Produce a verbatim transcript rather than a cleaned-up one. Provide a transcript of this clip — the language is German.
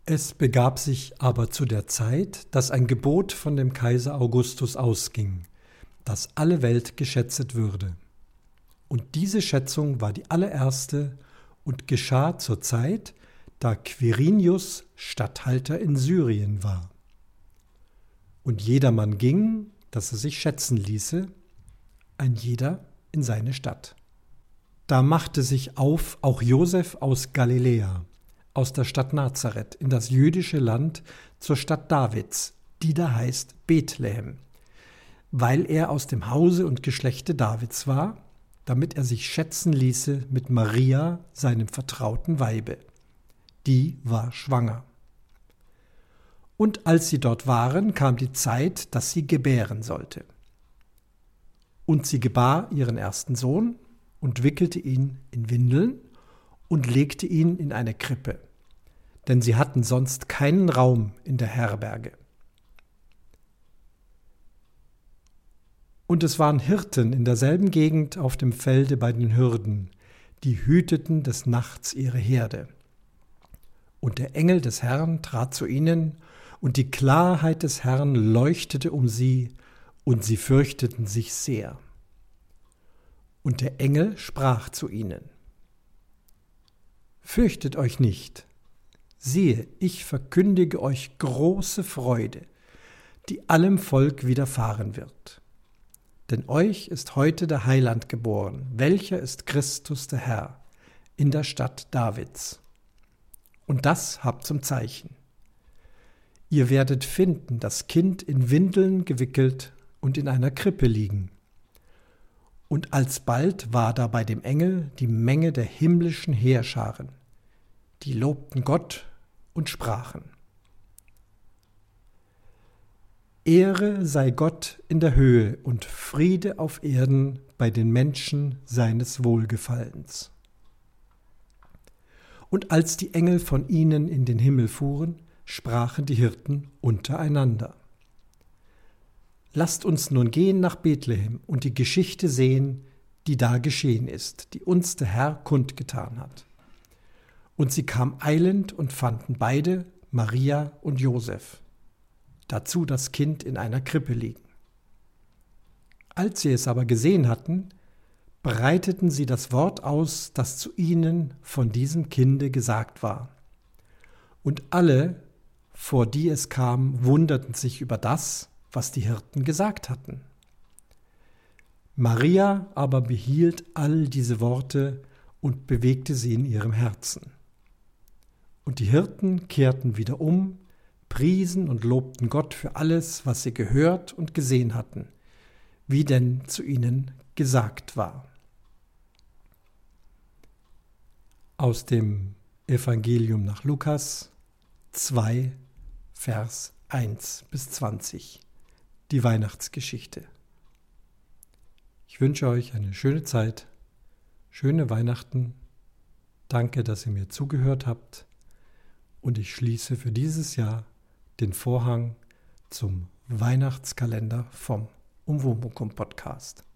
Es begab sich aber zu der Zeit, dass ein Gebot von dem Kaiser Augustus ausging, dass alle Welt geschätzet würde. Und diese Schätzung war die allererste und geschah zur Zeit, da Quirinius Statthalter in Syrien war. Und jedermann ging, dass er sich schätzen ließe, ein jeder in seine Stadt. Da machte sich auf auch Josef aus Galiläa, aus der Stadt Nazareth, in das jüdische Land zur Stadt Davids, die da heißt Bethlehem, weil er aus dem Hause und Geschlechte Davids war, damit er sich schätzen ließe mit Maria, seinem vertrauten Weibe. Die war schwanger. Und als sie dort waren, kam die Zeit, dass sie gebären sollte. Und sie gebar ihren ersten Sohn und wickelte ihn in Windeln und legte ihn in eine Krippe, denn sie hatten sonst keinen Raum in der Herberge. Und es waren Hirten in derselben Gegend auf dem Felde bei den Hürden, die hüteten des Nachts ihre Herde. Und der Engel des Herrn trat zu ihnen, und die Klarheit des Herrn leuchtete um sie, und sie fürchteten sich sehr. Und der Engel sprach zu ihnen: Fürchtet euch nicht, siehe, ich verkündige euch große Freude, die allem Volk widerfahren wird. Denn euch ist heute der Heiland geboren, welcher ist Christus der Herr, in der Stadt Davids. Und das habt zum Zeichen. Ihr werdet finden, das Kind in Windeln gewickelt und in einer Krippe liegen. Und alsbald war da bei dem Engel die Menge der himmlischen Heerscharen, die lobten Gott und sprachen: Ehre sei Gott in der Höhe und Friede auf Erden bei den Menschen seines Wohlgefallens. Und als die Engel von ihnen in den Himmel fuhren, sprachen die Hirten untereinander: Lasst uns nun gehen nach Bethlehem und die Geschichte sehen, die da geschehen ist, die uns der Herr kundgetan hat. Und sie kamen eilend und fanden beide, Maria und Josef, dazu das Kind in einer Krippe liegen. Als sie es aber gesehen hatten, breiteten sie das Wort aus, das zu ihnen von diesem Kinde gesagt war. Und alle, vor die es kam, wunderten sich über das, was die Hirten gesagt hatten. Maria aber behielt all diese Worte und bewegte sie in ihrem Herzen. Und die Hirten kehrten wieder um, priesen und lobten Gott für alles, was sie gehört und gesehen hatten, wie denn zu ihnen gesagt war. Aus dem Evangelium nach Lukas zwei, Vers eins bis zwanzig, die Weihnachtsgeschichte. Ich wünsche euch eine schöne Zeit, schöne Weihnachten. Danke, dass ihr mir zugehört habt. Und ich schließe für dieses Jahr den Vorhang zum Weihnachtskalender vom Umwomukum Podcast.